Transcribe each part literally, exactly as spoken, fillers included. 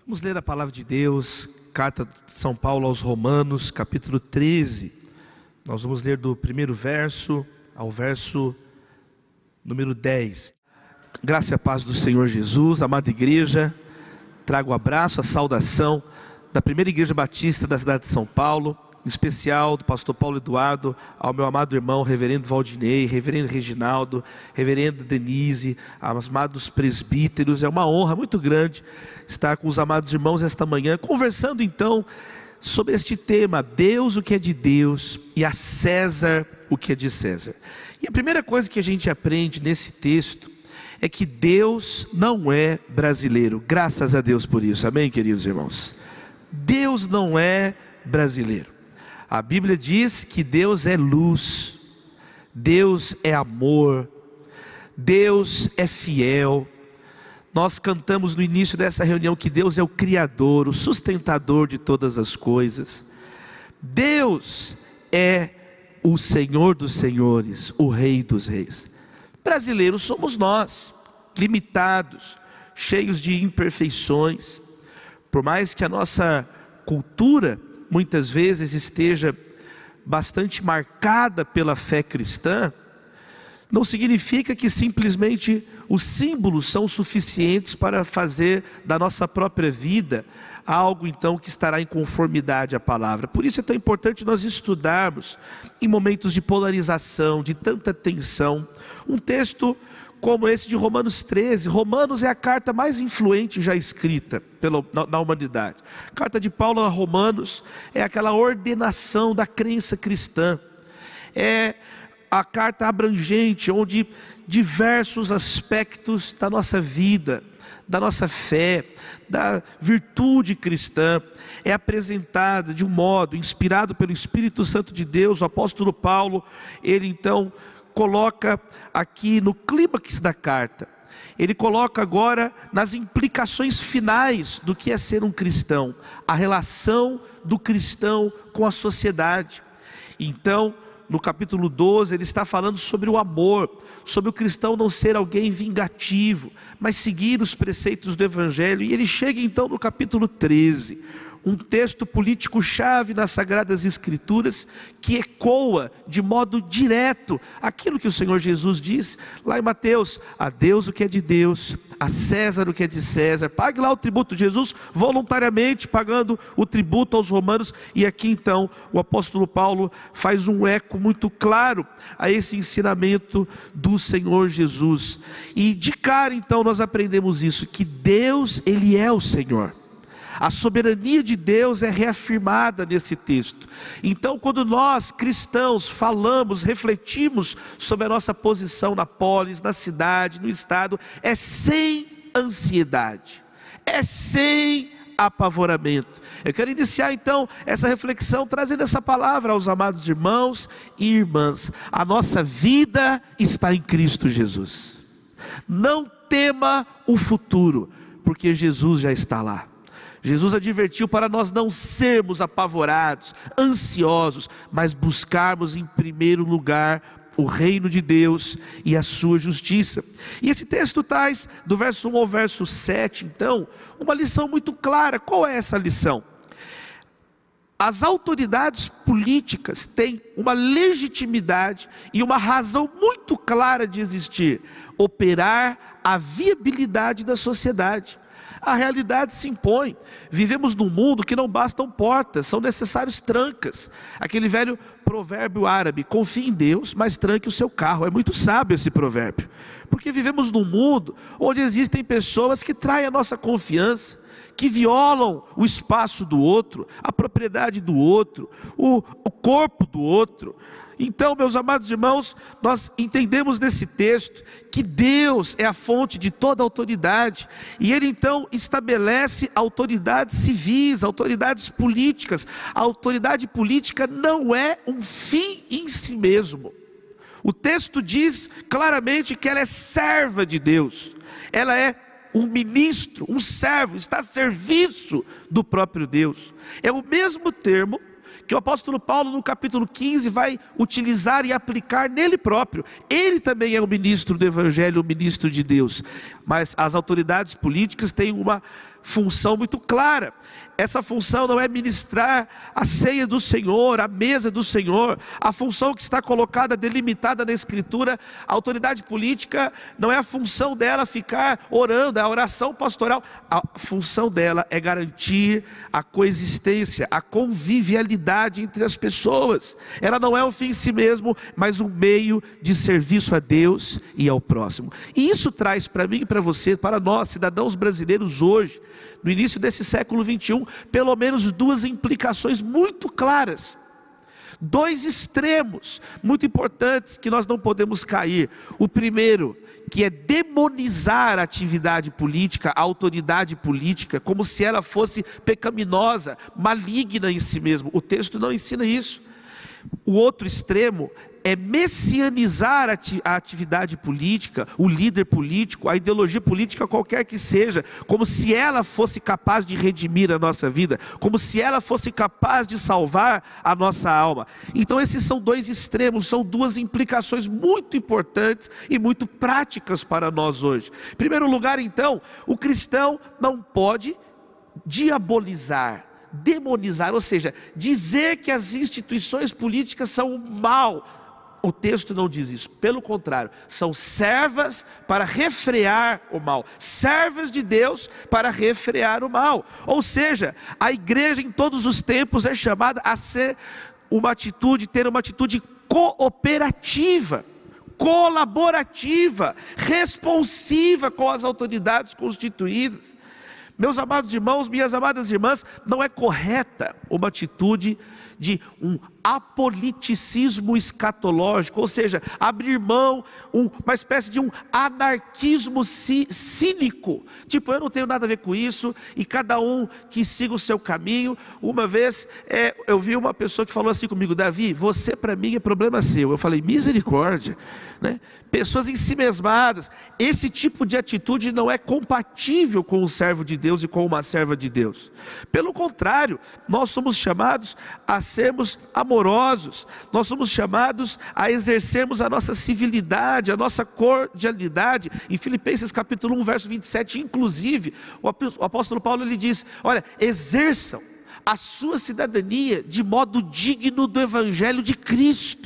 Vamos ler a palavra de Deus, carta de São Paulo aos Romanos, capítulo treze. Nós vamos ler do primeiro verso ao verso número dez. Graça e a paz do Senhor Jesus, amada igreja, trago o abraço, a saudação da primeira igreja batista da cidade de São Paulo, em especial do pastor Paulo Eduardo, ao meu amado irmão reverendo Valdinei, reverendo Reginaldo, reverendo Denise, aos amados presbíteros. É uma honra muito grande estar com os amados irmãos esta manhã, conversando então sobre este tema: Deus o que é de Deus e a César o que é de César. E a primeira coisa que a gente aprende nesse texto é que Deus não é brasileiro. Graças a Deus por isso, amém, queridos irmãos? Deus não é brasileiro. A Bíblia diz que Deus é luz, Deus é amor, Deus é fiel. Nós cantamos no início dessa reunião que Deus é o Criador, o sustentador de todas as coisas. Deus é o Senhor dos senhores, o Rei dos reis. Brasileiros somos nós, limitados, cheios de imperfeições. Por mais que a nossa cultura muitas vezes esteja bastante marcada pela fé cristã, não significa que simplesmente os símbolos são suficientes para fazer da nossa própria vida algo então que estará em conformidade à palavra. Por isso é tão importante nós estudarmos em momentos de polarização, de tanta tensão, um texto como esse de Romanos treze. Romanos é a carta mais influente já escrita pela, na, na humanidade. A carta de Paulo a Romanos é aquela ordenação da crença cristã. É a carta abrangente, onde diversos aspectos da nossa vida, da nossa fé, da virtude cristã é apresentada de um modo inspirado pelo Espírito Santo de Deus. O apóstolo Paulo, ele então coloca aqui no clímax da carta, ele coloca agora nas implicações finais do que é ser um cristão, a relação do cristão com a sociedade. Então, no capítulo doze, ele está falando sobre o amor, sobre o cristão não ser alguém vingativo, mas seguir os preceitos do Evangelho. E ele chega então no capítulo treze, um texto político-chave nas Sagradas Escrituras, que ecoa de modo direto aquilo que o Senhor Jesus diz lá em Mateus: a Deus o que é de Deus, a César o que é de César. Pague lá o tributo. Jesus voluntariamente pagando o tributo aos romanos. E aqui então o apóstolo Paulo faz um eco muito claro a esse ensinamento do Senhor Jesus. E de cara então nós aprendemos isso, que Deus, Ele é o Senhor. A soberania de Deus é reafirmada nesse texto. Então, quando nós cristãos falamos, refletimos sobre a nossa posição na polis, na cidade, no estado, é sem ansiedade, é sem apavoramento. Eu quero iniciar então essa reflexão trazendo essa palavra aos amados irmãos e irmãs: a nossa vida está em Cristo Jesus. Não tema o futuro, porque Jesus já está lá. Jesus advertiu para nós não sermos apavorados, ansiosos, mas buscarmos em primeiro lugar o reino de Deus e a sua justiça. E esse texto traz, do verso um ao verso sete, então, uma lição muito clara. Qual é essa lição? As autoridades políticas têm uma legitimidade e uma razão muito clara de existir: operar a viabilidade da sociedade. A realidade se impõe. Vivemos num mundo que não bastam portas, são necessários trancas. Aquele velho provérbio árabe: confie em Deus, mas tranque o seu carro. É muito sábio esse provérbio, porque vivemos num mundo onde existem pessoas que traem a nossa confiança, que violam o espaço do outro, a propriedade do outro, o, o corpo do outro. Então, meus amados irmãos, nós entendemos nesse texto que Deus é a fonte de toda autoridade, e Ele então estabelece autoridades civis, autoridades políticas. A autoridade política não é um fim em si mesmo. O texto diz claramente que ela é serva de Deus, ela é um ministro, um servo, está a serviço do próprio Deus. É o mesmo termo que o apóstolo Paulo no capítulo quinze vai utilizar e aplicar nele próprio. Ele também é o ministro do Evangelho, o ministro de Deus. Mas as autoridades políticas têm uma função muito clara. Essa função não é ministrar a ceia do Senhor, a mesa do Senhor. A função que está colocada, delimitada na Escritura, a autoridade política, não é a função dela ficar orando, é a oração pastoral. A função dela é garantir a coexistência, a convivialidade entre as pessoas. Ela não é um fim em si mesmo, mas um meio de serviço a Deus e ao próximo. E isso traz para mim e para você, para nós, cidadãos brasileiros hoje, no início desse século vinte e um, pelo menos duas implicações muito claras, dois extremos muito importantes que nós não podemos cair. O primeiro, que é demonizar a atividade política, a autoridade política, como se ela fosse pecaminosa, maligna em si mesmo. O texto não ensina isso. O outro extremo é messianizar a atividade política, o líder político, a ideologia política qualquer que seja, como se ela fosse capaz de redimir a nossa vida, como se ela fosse capaz de salvar a nossa alma. Então esses são dois extremos, são duas implicações muito importantes e muito práticas para nós hoje. Em primeiro lugar, então, o cristão não pode diabolizar, demonizar, ou seja, dizer que as instituições políticas são mal. O texto não diz isso, pelo contrário, são servas para refrear o mal, servas de Deus para refrear o mal. Ou seja, a igreja em todos os tempos é chamada a ser uma atitude, ter uma atitude cooperativa, colaborativa, responsiva com as autoridades constituídas. Meus amados irmãos, minhas amadas irmãs, não é correta uma atitude de um apoliticismo escatológico, ou seja, abrir mão, um, uma espécie de um anarquismo cínico, tipo, eu não tenho nada a ver com isso, e cada um que siga o seu caminho. Uma vez, é, eu vi uma pessoa que falou assim comigo: Davi, você para mim é problema seu. Eu falei, misericórdia, né? Pessoas ensimesmadas. Esse tipo de atitude não é compatível com um servo de Deus e com uma serva de Deus. Pelo contrário, nós somos chamados a sermos amorosos, nós somos chamados a exercermos a nossa civilidade, a nossa cordialidade. Em Filipenses capítulo um, verso vinte e sete, inclusive, o apóstolo Paulo ele diz: olha, exerçam a sua cidadania de modo digno do evangelho de Cristo.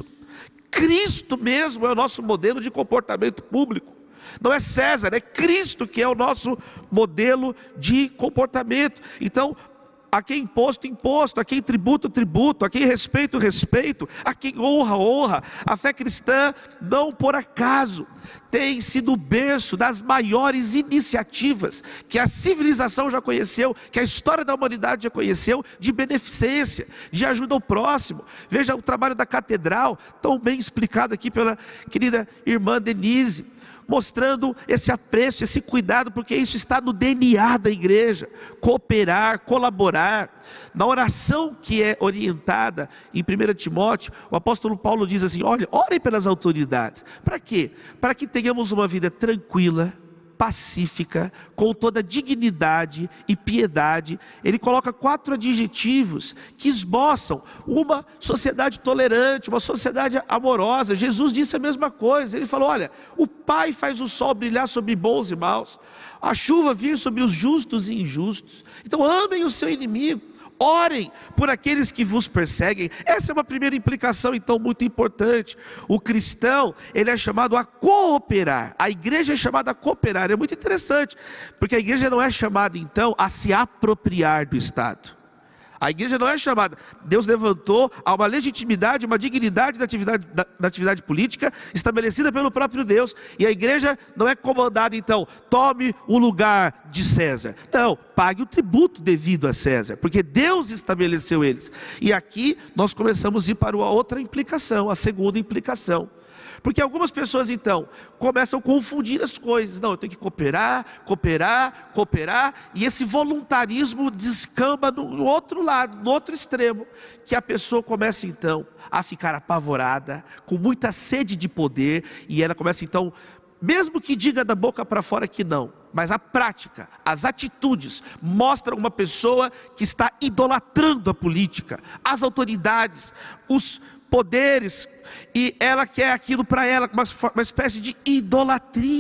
Cristo mesmo é o nosso modelo de comportamento público. Não é César, é Cristo que é o nosso modelo de comportamento. Então, a quem imposto, imposto, a quem tributo, tributo, a quem respeito, respeito, a quem honra, honra. A fé cristã, não por acaso, tem sido o berço das maiores iniciativas que a civilização já conheceu, que a história da humanidade já conheceu, de beneficência, de ajuda ao próximo. Veja o trabalho da catedral, tão bem explicado aqui pela querida irmã Denise, mostrando esse apreço, esse cuidado, porque isso está no D N A da igreja. Cooperar, colaborar. Na oração que é orientada em primeiro Timóteo, o apóstolo Paulo diz assim: olha, orem pelas autoridades. Para quê? Para que tenhamos uma vida tranquila, pacífica, com toda dignidade e piedade. Ele coloca quatro adjetivos que esboçam uma sociedade tolerante, uma sociedade amorosa. Jesus disse a mesma coisa. Ele falou: olha, o Pai faz o sol brilhar sobre bons e maus, a chuva vir sobre os justos e injustos. Então amem o seu inimigo, orem por aqueles que vos perseguem. Essa é uma primeira implicação, então, muito importante. O cristão, ele é chamado a cooperar. A igreja é chamada a cooperar. É muito interessante, porque a igreja não é chamada, então, a se apropriar do Estado. A igreja não é chamada. Deus levantou a uma legitimidade, uma dignidade da atividade, da, da atividade política estabelecida pelo próprio Deus. E a igreja não é comandada, então, tome o lugar de César. Não, pague o tributo devido a César, porque Deus estabeleceu eles. E aqui nós começamos a ir para a outra implicação, a segunda implicação. Porque algumas pessoas, então, começam a confundir as coisas. Não, eu tenho que cooperar, cooperar, cooperar. E esse voluntarismo descamba no outro lado, no outro extremo. Que a pessoa começa, então, a ficar apavorada, com muita sede de poder. E ela começa, então, mesmo que diga da boca para fora que não, mas a prática, as atitudes, mostram uma pessoa que está idolatrando a política, as autoridades, os poderes, e ela quer aquilo para ela, uma, uma espécie de idolatria.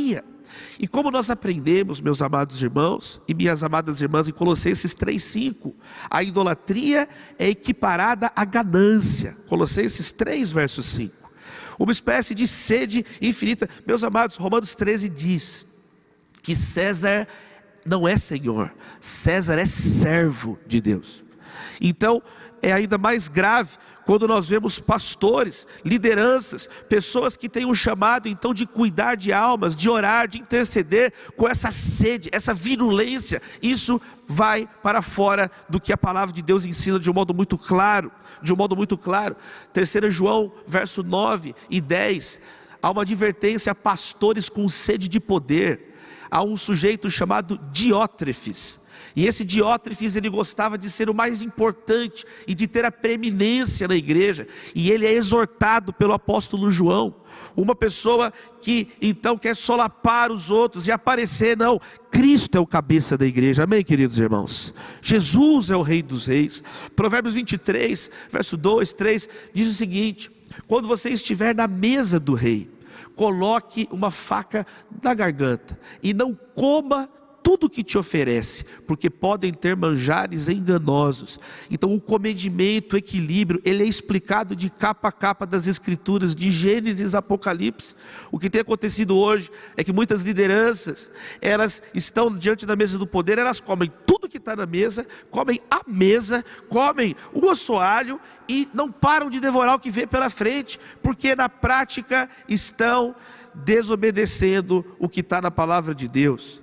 E como nós aprendemos, meus amados irmãos e minhas amadas irmãs, em Colossenses três, cinco, a idolatria é equiparada à ganância. Colossenses três, verso cinco. Uma espécie de sede infinita. Meus amados, Romanos treze diz que César não é Senhor, César é servo de Deus. Então é ainda mais grave quando nós vemos pastores, lideranças, pessoas que têm um chamado então de cuidar de almas, de orar, de interceder, com essa sede, essa virulência. Isso vai para fora do que a palavra de Deus ensina de um modo muito claro, de um modo muito claro. terceiro João, verso nove e dez, há uma advertência a pastores com sede de poder. Há um sujeito chamado Diótrefes, e esse Diótrefes, ele gostava de ser o mais importante e de ter a preeminência na igreja, e ele é exortado pelo apóstolo João, uma pessoa que então quer solapar os outros e aparecer. Não, Cristo é o cabeça da igreja, amém, queridos irmãos? Jesus é o rei dos reis. Provérbios vinte e três, verso dois, três, diz o seguinte: quando você estiver na mesa do rei, coloque uma faca na garganta e não coma tudo que te oferece, porque podem ter manjares enganosos. Então o comedimento, o equilíbrio, ele é explicado de capa a capa das escrituras, de Gênesis a Apocalipse. O que tem acontecido hoje é que muitas lideranças, elas estão diante da mesa do poder, elas comem tudo que está na mesa, comem a mesa, comem o assoalho e não param de devorar o que vê pela frente, porque na prática estão desobedecendo o que está na palavra de Deus.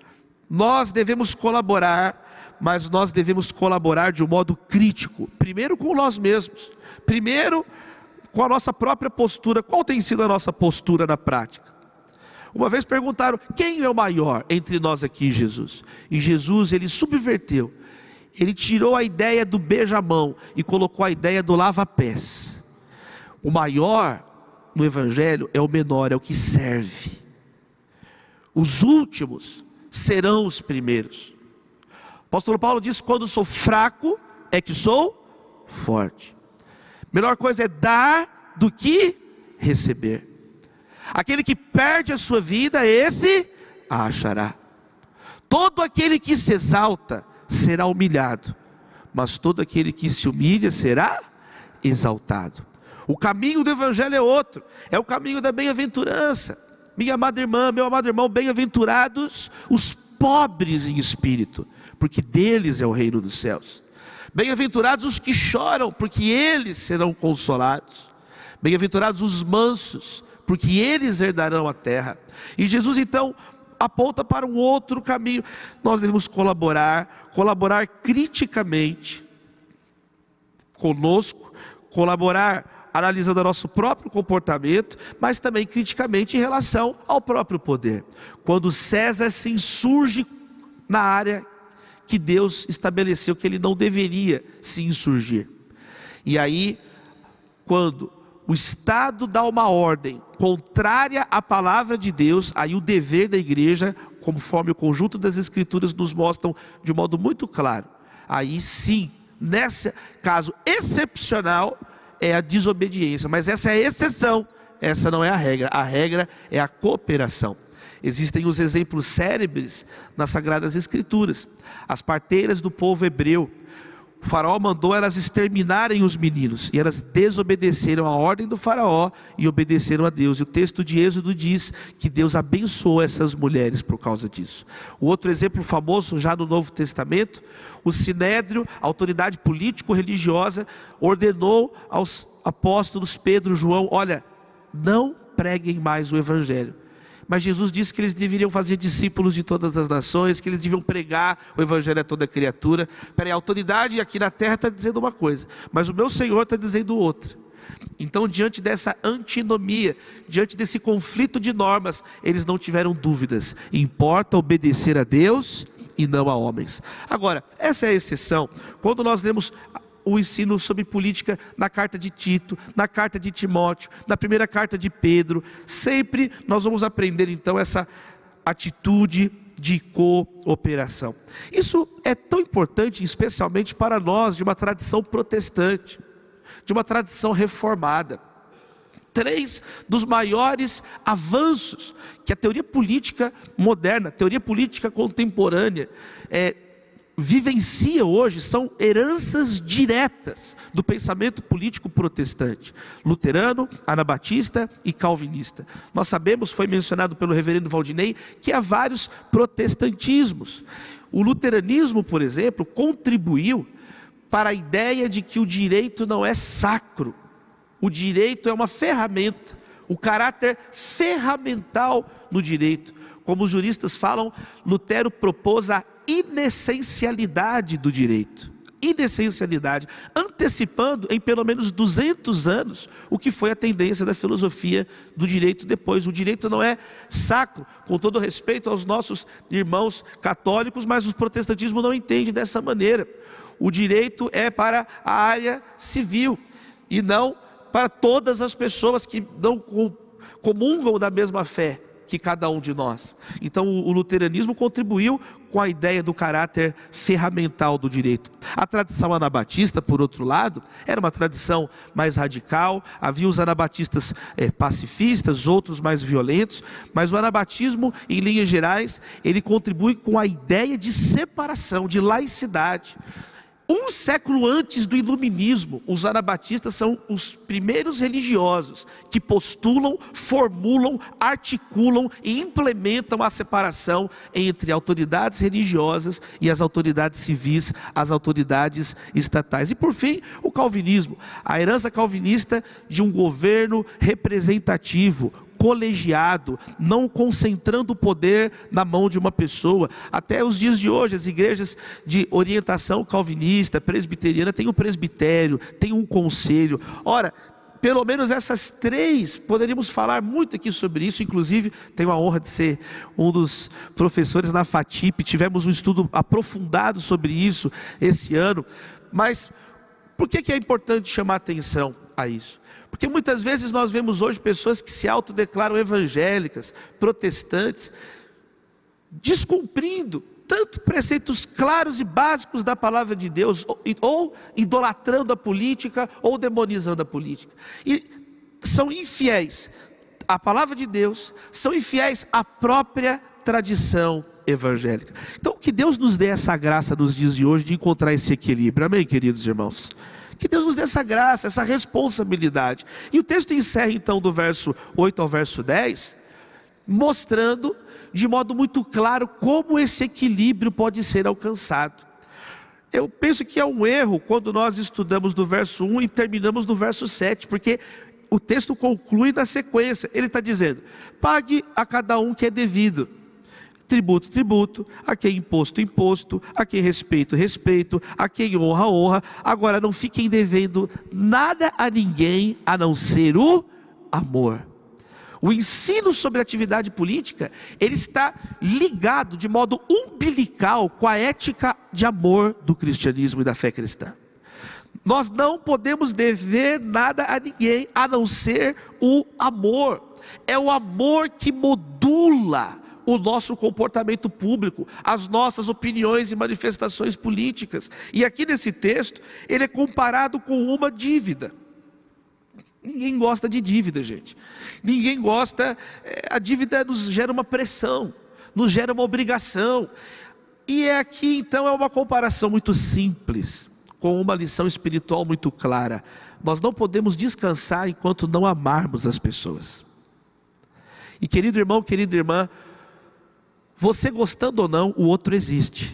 Nós devemos colaborar, mas nós devemos colaborar de um modo crítico. Primeiro com nós mesmos, primeiro com a nossa própria postura. Qual tem sido a nossa postura na prática? Uma vez perguntaram: quem é o maior entre nós aqui, Jesus? E Jesus, ele subverteu, ele tirou a ideia do beija-mão e colocou a ideia do lava-pés. O maior no Evangelho é o menor, é o que serve. Os últimos serão os primeiros. O apóstolo Paulo diz: quando sou fraco é que sou forte. Melhor coisa é dar do que receber. Aquele que perde a sua vida, esse a achará. Todo aquele que se exalta será humilhado, mas todo aquele que se humilha será exaltado. O caminho do Evangelho é outro, é o caminho da bem-aventurança. Minha amada irmã, meu amado irmão, bem-aventurados os pobres em espírito, porque deles é o reino dos céus. Bem-aventurados os que choram, porque eles serão consolados. Bem-aventurados os mansos, porque eles herdarão a terra. E Jesus então aponta para um outro caminho. Nós devemos colaborar, colaborar criticamente conosco, colaborar analisando o nosso próprio comportamento, mas também criticamente em relação ao próprio poder. Quando César se insurge na área que Deus estabeleceu que ele não deveria se insurgir. E aí, quando o Estado dá uma ordem contrária à palavra de Deus, aí o dever da igreja, conforme o conjunto das escrituras nos mostram de modo muito claro, aí sim, nesse caso excepcional, é a desobediência, mas essa é a exceção, essa não é a regra. A regra é a cooperação. Existem os exemplos célebres nas Sagradas Escrituras. As parteiras do povo hebreu, o faraó mandou elas exterminarem os meninos, e elas desobedeceram a ordem do faraó e obedeceram a Deus. E o texto de Êxodo diz que Deus abençoou essas mulheres por causa disso. O outro exemplo famoso já no Novo Testamento, o Sinédrio, a autoridade político-religiosa, ordenou aos apóstolos Pedro e João: olha, não preguem mais o Evangelho. Mas Jesus disse que eles deveriam fazer discípulos de todas as nações, que eles deviam pregar o Evangelho a toda criatura. Peraí, a autoridade aqui na terra está dizendo uma coisa, mas o meu Senhor está dizendo outra. Então, diante dessa antinomia, diante desse conflito de normas, eles não tiveram dúvidas. Importa obedecer a Deus e não a homens. Agora, essa é a exceção. Quando nós lemos o ensino sobre política na carta de Tito, na carta de Timóteo, na primeira carta de Pedro, sempre nós vamos aprender então essa atitude de cooperação. Isso é tão importante, especialmente para nós de uma tradição protestante, de uma tradição reformada. três dos maiores avanços que a teoria política moderna, a teoria política contemporânea é, vivencia hoje, são heranças diretas do pensamento político protestante, luterano, anabatista e calvinista. Nós sabemos, foi mencionado pelo reverendo Valdinei, que há vários protestantismos. O luteranismo, por exemplo, contribuiu para a ideia de que o direito não é sacro, o direito é uma ferramenta, o caráter ferramental no direito. Como os juristas falam, Lutero propôs a inessencialidade do direito, inessencialidade, antecipando em pelo menos duzentos anos o que foi a tendência da filosofia do direito depois. O direito não é sacro, com todo respeito aos nossos irmãos católicos, mas o protestantismo não entende dessa maneira. O direito é para a área civil e não para todas as pessoas que não comungam da mesma fé que cada um de nós. Então o luteranismo contribuiu com a ideia do caráter ferramental do direito. A tradição anabatista, por outro lado, era uma tradição mais radical, havia os anabatistas é, pacifistas, outros mais violentos, mas o anabatismo, em linhas gerais, ele contribui com a ideia de separação, de laicidade. Um século antes do iluminismo, os anabatistas são os primeiros religiosos que postulam, formulam, articulam e implementam a separação entre autoridades religiosas e as autoridades civis, as autoridades estatais. E por fim, o calvinismo, a herança calvinista de um governo representativo, colegiado, não concentrando o poder na mão de uma pessoa. Até os dias de hoje, as igrejas de orientação calvinista, presbiteriana, tem um presbitério, tem um conselho. Ora, pelo menos essas três, poderíamos falar muito aqui sobre isso. Inclusive, tenho a honra de ser um dos professores na FATIP, tivemos um estudo aprofundado sobre isso esse ano. Mas por que que é importante chamar atenção a isso? Porque muitas vezes nós vemos hoje pessoas que se autodeclaram evangélicas, protestantes, descumprindo tanto preceitos claros e básicos da palavra de Deus, ou, ou idolatrando a política, ou demonizando a política. E são infiéis à palavra de Deus, são infiéis à própria tradição evangélica. Então que Deus nos dê essa graça nos dias de hoje de encontrar esse equilíbrio. Amém, queridos irmãos? Que Deus nos dê essa graça, essa responsabilidade. E o texto encerra então do verso oito ao verso dez, mostrando de modo muito claro como esse equilíbrio pode ser alcançado. Eu penso que é um erro quando nós estudamos do verso um e terminamos no verso sete, porque o texto conclui na sequência. Ele está dizendo: pague a cada um que é devido. Tributo, tributo, a quem imposto, imposto, a quem respeito, respeito, a quem honra, honra. Agora não fiquem devendo nada a ninguém a não ser o amor. O ensino sobre a atividade política, ele está ligado de modo umbilical com a ética de amor do cristianismo e da fé cristã. Nós não podemos dever nada a ninguém a não ser o amor. É o amor que modula o nosso comportamento público, as nossas opiniões e manifestações políticas. E aqui nesse texto, ele é comparado com uma dívida. Ninguém gosta de dívida, gente. Ninguém gosta, a dívida nos gera uma pressão, nos gera uma obrigação. E é aqui então é uma comparação muito simples, com uma lição espiritual muito clara. Nós não podemos descansar enquanto não amarmos as pessoas. E querido irmão, querida irmã, você gostando ou não, o outro existe.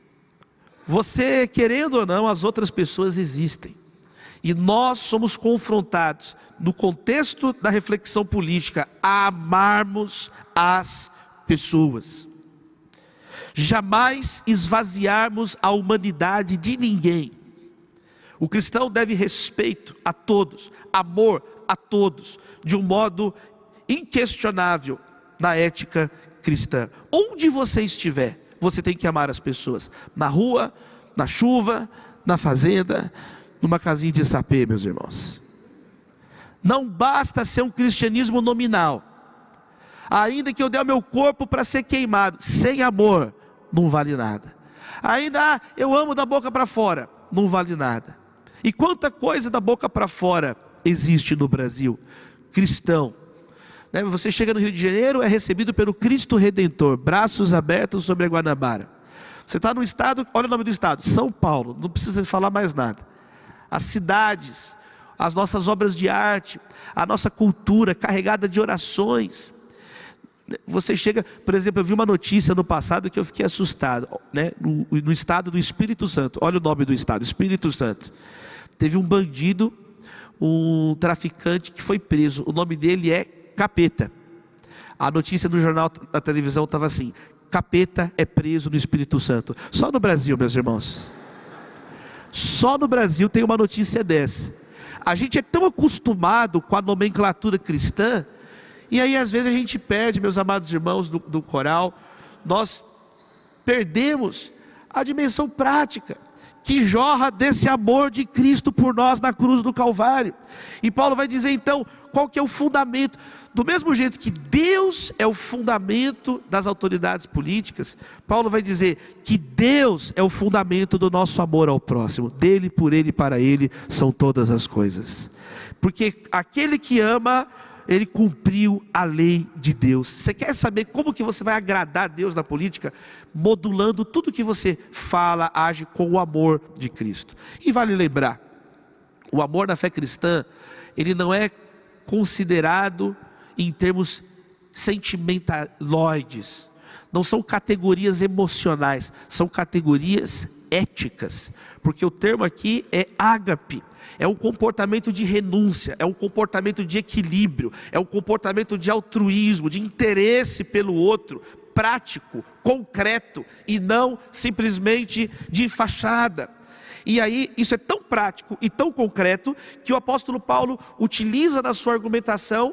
Você querendo ou não, as outras pessoas existem. E nós somos confrontados, no contexto da reflexão política, a amarmos as pessoas. Jamais esvaziarmos a humanidade de ninguém. O cristão deve respeito a todos, amor a todos, de um modo inquestionável na ética cristã. Onde você estiver, você tem que amar as pessoas. Na rua, na chuva, na fazenda, numa casinha de sapê, meus irmãos. Não basta ser um cristianismo nominal. Ainda que eu dê o meu corpo para ser queimado, sem amor, não vale nada. Ainda ah, eu amo da boca para fora, não vale nada. E quanta coisa da boca para fora existe no Brasil, cristão. Né? Você chega no Rio de Janeiro, é recebido pelo Cristo Redentor, braços abertos sobre a Guanabara. Você está no estado, olha o nome do estado, São Paulo, não precisa falar mais nada. As cidades, as nossas obras de arte, a nossa cultura carregada de orações. Você chega, por exemplo, eu vi uma notícia no passado que eu fiquei assustado, né? no, no estado do Espírito Santo, olha o nome do estado, Espírito Santo. Teve um bandido, um traficante que foi preso, o nome dele é Capeta. A notícia do jornal da televisão estava assim: Capeta é preso no Espírito Santo. Só no Brasil, meus irmãos. Só no Brasil tem uma notícia dessa. A gente é tão acostumado com a nomenclatura cristã, e aí às vezes a gente perde, meus amados irmãos do, do coral, nós perdemos a dimensão prática que jorra desse amor de Cristo por nós na cruz do Calvário. E Paulo vai dizer então, qual que é o fundamento? Do mesmo jeito que Deus é o fundamento das autoridades políticas, Paulo vai dizer que Deus é o fundamento do nosso amor ao próximo. Dele, por ele e para ele são todas as coisas. Porque aquele que ama, ele cumpriu a lei de Deus. Você quer saber como que você vai agradar a Deus na política? Modulando tudo que você fala, age com o amor de Cristo. E vale lembrar, o amor na fé cristã, ele não é considerado em termos sentimentaloides. Não são categorias emocionais, são categorias éticas, porque o termo aqui é ágape, é um comportamento de renúncia, é um comportamento de equilíbrio, é um comportamento de altruísmo, de interesse pelo outro, prático, concreto, e não simplesmente de fachada. E aí isso é tão prático e tão concreto, que o apóstolo Paulo utiliza na sua argumentação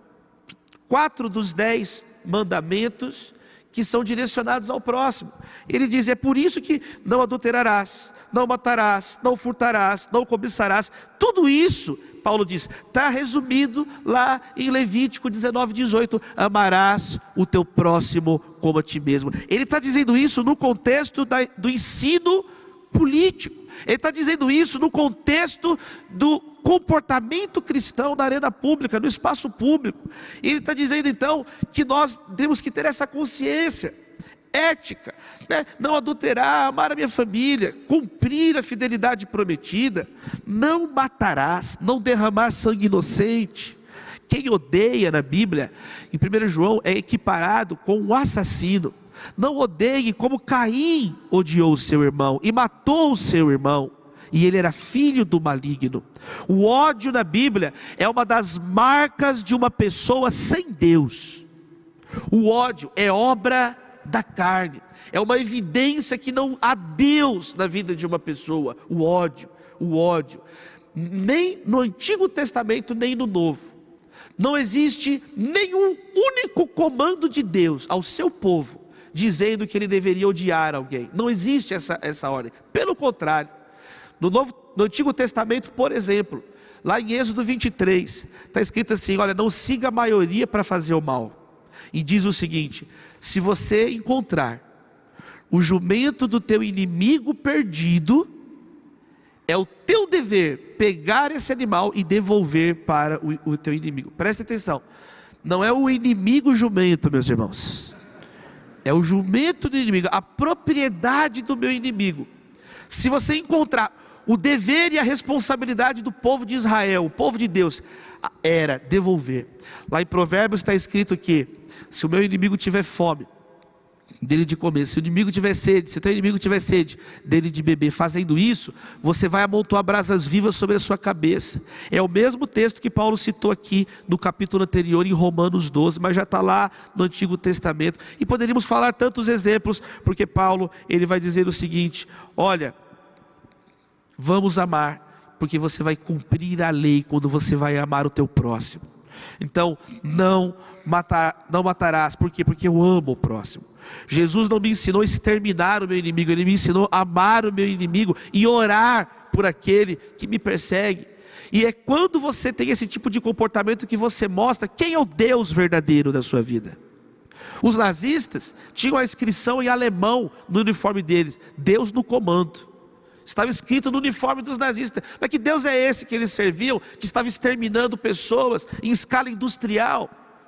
quatro dos dez mandamentos que são direcionados ao próximo. Ele diz: é por isso que não adulterarás, não matarás, não furtarás, não cobiçarás. Tudo isso, Paulo diz, está resumido lá em Levítico dezenove, dezoito. Amarás o teu próximo como a ti mesmo. Ele está dizendo isso no contexto da, do ensino político. Ele está dizendo isso no contexto do comportamento cristão na arena pública, no espaço público. E ele está dizendo então que nós temos que ter essa consciência ética, né? Não adulterar, amar a minha família, cumprir a fidelidade prometida, não matarás, não derramar sangue inocente. Quem odeia na Bíblia, em primeiro João, é equiparado com um assassino. Não odeie como Caim odiou o seu irmão e matou o seu irmão, e ele era filho do maligno. O ódio na Bíblia é uma das marcas de uma pessoa sem Deus. O ódio é obra da carne, é uma evidência que não há Deus na vida de uma pessoa. O ódio, o ódio, nem no Antigo Testamento nem no Novo, não existe nenhum único comando de Deus ao seu povo dizendo que ele deveria odiar alguém. Não existe essa, essa ordem. Pelo contrário, no, Novo, no Antigo Testamento, por exemplo, lá em Êxodo vinte e três, está escrito assim: olha, não siga a maioria para fazer o mal. E diz o seguinte: se você encontrar o jumento do teu inimigo perdido, é o teu dever pegar esse animal e devolver para o, o teu inimigo. Presta atenção, não é o inimigo jumento, meus irmãos. É o jumento do inimigo, a propriedade do meu inimigo. Se você encontrar, o dever e a responsabilidade do povo de Israel, o povo de Deus, era devolver. Lá em Provérbios está escrito que se o meu inimigo tiver fome, dele de comer; se o inimigo tiver sede, se o teu inimigo tiver sede, dele de beber. Fazendo isso, você vai amontoar brasas vivas sobre a sua cabeça. É o mesmo texto que Paulo citou aqui no capítulo anterior, em Romanos doze, mas já está lá no Antigo Testamento. E poderíamos falar tantos exemplos, porque Paulo, ele vai dizer o seguinte: olha, vamos amar, porque você vai cumprir a lei quando você vai amar o teu próximo. Então, não, matar, não matarás. Por quê? Porque eu amo o próximo. Jesus não me ensinou a exterminar o meu inimigo, Ele me ensinou a amar o meu inimigo e orar por aquele que me persegue. E é quando você tem esse tipo de comportamento que você mostra quem é o Deus verdadeiro da sua vida. Os nazistas tinham a inscrição em alemão no uniforme deles: Deus no comando. estava escrito no uniforme dos nazistas. Mas que Deus é esse que eles serviam, que estava exterminando pessoas em escala industrial?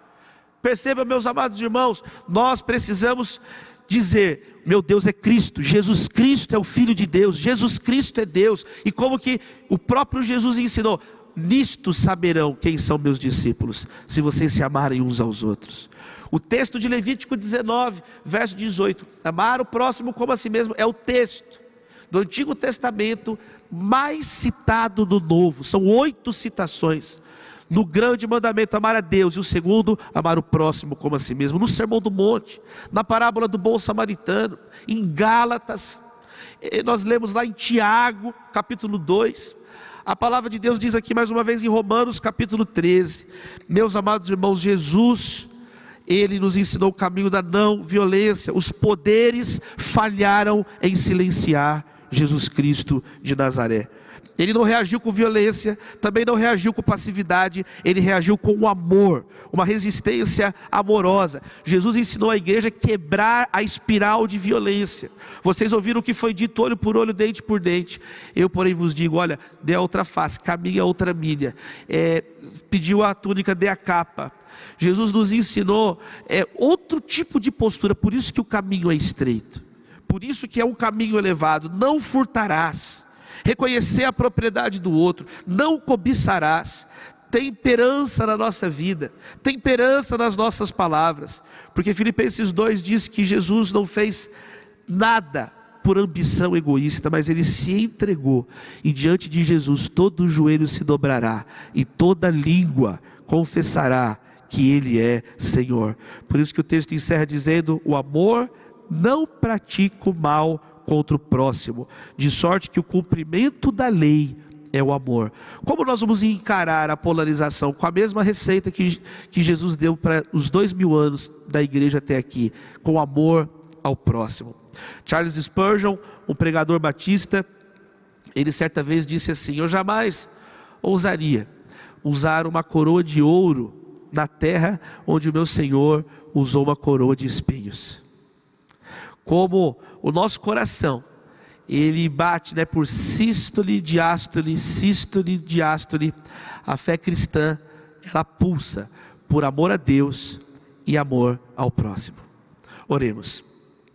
Perceba, meus amados irmãos, nós precisamos dizer: meu Deus é Cristo, Jesus Cristo é o Filho de Deus, Jesus Cristo é Deus. E como que o próprio Jesus ensinou: nisto saberão quem são meus discípulos, se vocês se amarem uns aos outros. O texto de Levítico dezenove, verso dezoito, amar o próximo como a si mesmo, é o texto do Antigo Testamento mais citado do Novo. São oito citações. No grande mandamento, amar a Deus, e o segundo, amar o próximo como a si mesmo. No Sermão do Monte, na parábola do bom samaritano, em Gálatas, nós lemos lá em Tiago, capítulo dois. A palavra de Deus diz aqui mais uma vez em Romanos, capítulo treze. Meus amados irmãos, Jesus, Ele nos ensinou o caminho da não violência. Os poderes falharam em silenciar Jesus Cristo de Nazaré. Ele não reagiu com violência, também não reagiu com passividade, ele reagiu com o amor, uma resistência amorosa. Jesus ensinou a igreja a quebrar a espiral de violência. Vocês ouviram o que foi dito: olho por olho, dente por dente. Eu, porém, vos digo: olha, dê a outra face, caminhe a outra milha. É, pediu a túnica, dê a capa. Jesus nos ensinou é, outro tipo de postura. Por isso que o caminho é estreito, por isso que é um caminho elevado. Não furtarás, reconhecer a propriedade do outro, não cobiçarás, temperança na nossa vida, temperança nas nossas palavras, porque Filipenses dois diz que Jesus não fez nada por ambição egoísta, mas Ele se entregou, e diante de Jesus todo joelho se dobrará, e toda língua confessará que Ele é Senhor. Por isso que o texto encerra dizendo: o amor não pratica o mal contra o próximo, de sorte que o cumprimento da lei é o amor. Como nós vamos encarar a polarização? Com a mesma receita que, que Jesus deu para os dois mil anos da igreja até aqui, com amor ao próximo. Charles Spurgeon, um pregador batista, ele certa vez disse assim: eu jamais ousaria usar uma coroa de ouro na terra onde o meu Senhor usou uma coroa de espinhos. Como o nosso coração, ele bate, né, por sístole, diástole, sístole, diástole, a fé cristã, ela pulsa por amor a Deus e amor ao próximo. Oremos.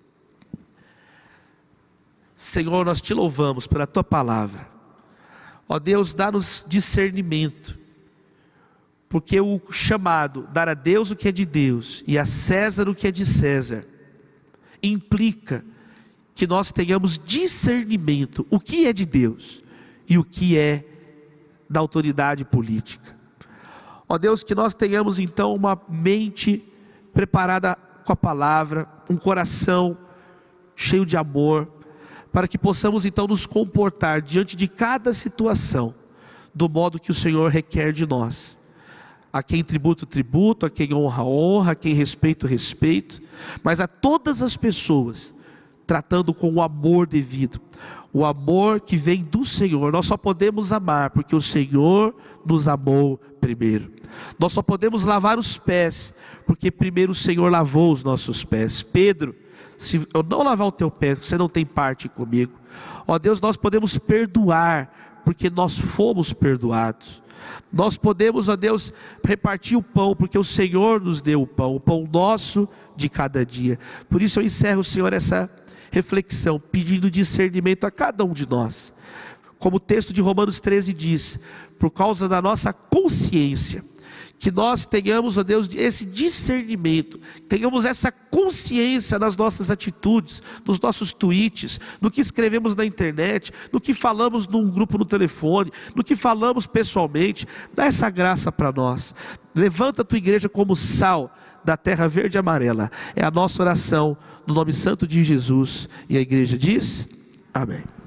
Senhor, nós te louvamos pela tua palavra. Ó Deus, dá-nos discernimento, porque o chamado, dar a Deus o que é de Deus e a César o que é de César, implica que nós tenhamos discernimento, o que é de Deus e o que é da autoridade política. Ó Deus, que nós tenhamos então uma mente preparada com a palavra, um coração cheio de amor, para que possamos então nos comportar diante de cada situação do modo que o Senhor requer de nós. A quem tributo, tributo, a quem honra, honra, a quem respeito, respeito, mas a todas as pessoas, tratando com o amor devido, o amor que vem do Senhor. Nós só podemos amar porque o Senhor nos amou primeiro. Nós só podemos lavar os pés porque primeiro o Senhor lavou os nossos pés. Pedro, se eu não lavar o teu pé, você não tem parte comigo. Ó Deus, nós podemos perdoar porque nós fomos perdoados. Nós podemos, ó Deus, repartir o pão, porque o Senhor nos deu o pão, o pão nosso de cada dia. Por isso eu encerro, Senhor, essa reflexão, pedindo discernimento a cada um de nós. Como o texto de Romanos treze diz, por causa da nossa consciência, que nós tenhamos, ó Deus, esse discernimento, tenhamos essa consciência nas nossas atitudes, nos nossos tweets, no que escrevemos na internet, no que falamos num grupo no telefone, no que falamos pessoalmente. Dá essa graça para nós. Levanta a tua igreja como sal da terra verde e amarela. É a nossa oração, no nome santo de Jesus. E a igreja diz: amém.